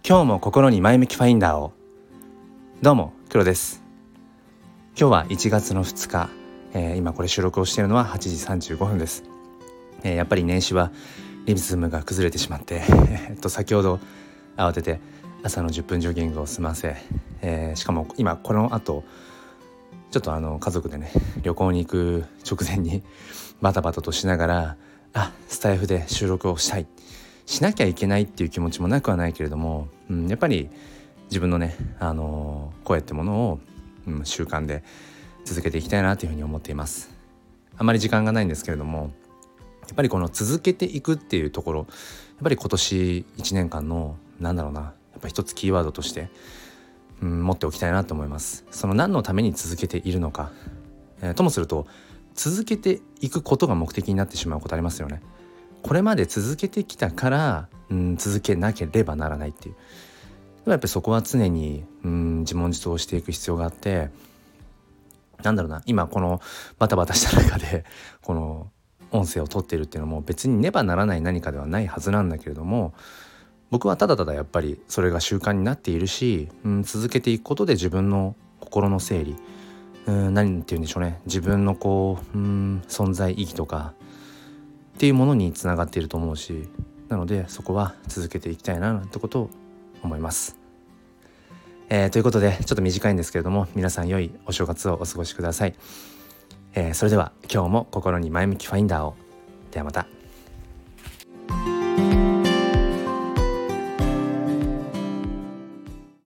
今日も心に前向きファインダーを。どうも黒です。今日は1月の2日、今これ収録をしているのは8時35分です。やっぱり年始はリズムが崩れてしまって先ほど慌てて朝の10分ジョギングを済ませ、しかも今この後ちょっと家族でね旅行に行く直前にバタバタとしながらスタイフで収録をしなきゃいけないっていう気持ちもなくはないけれども、やっぱり自分のね、声ってものを、習慣で続けていきたいなというふうに思っています。あまり時間がないんですけれども、やっぱりこの続けていくっていうところ、やっぱり今年1年間のやっぱ一つキーワードとして、持っておきたいなと思います。その何のために続けているのか、ともすると続けていくことが目的になってしまうことありますよね。これまで続けてきたから、続けなければならないっていう、やっぱりそこは常に自問自答していく必要があって、今このバタバタした中でこの音声を撮っているっていうのも別にねばならない何かではないはずなんだけれども、僕はただただやっぱりそれが習慣になっているし、続けていくことで自分の心の整理、何て言うんでしょうね、自分の存在意義とかっていうものにつながっていると思うし、なのでそこは続けていきたいなってことを思います。ということでちょっと短いんですけれども、皆さん良いお正月をお過ごしください。それでは今日も心に前向きファインダーを。ではまた。